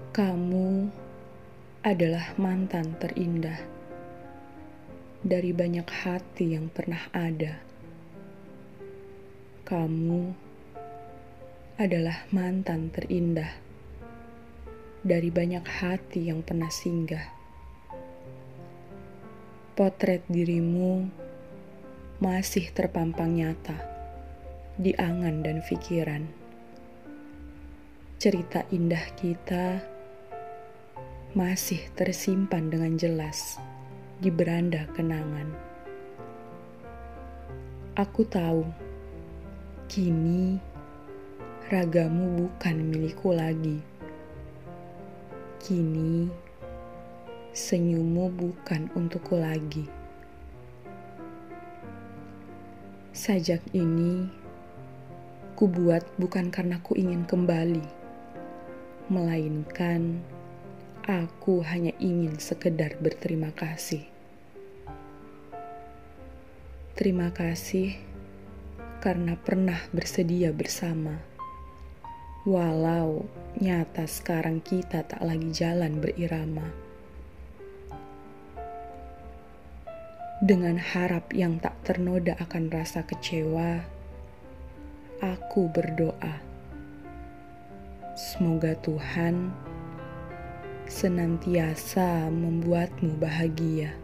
Kamu adalah mantan terindah dari banyak hati yang pernah ada. Kamu adalah mantan terindah dari banyak hati yang pernah singgah. Potret dirimu masih terpampang nyata di angan dan pikiran. Cerita indah kita masih tersimpan dengan jelas di beranda kenangan. Aku tahu, kini ragamu bukan milikku lagi. Kini senyummu bukan untukku lagi. Sajak ini kubuat bukan karena ku ingin kembali, melainkan aku hanya ingin sekedar berterima kasih. Terima kasih karena pernah bersedia bersama, walau nyata sekarang kita tak lagi jalan berirama. Dengan harap yang tak ternoda akan rasa kecewa, aku berdoa. Semoga Tuhan senantiasa membuatmu bahagia.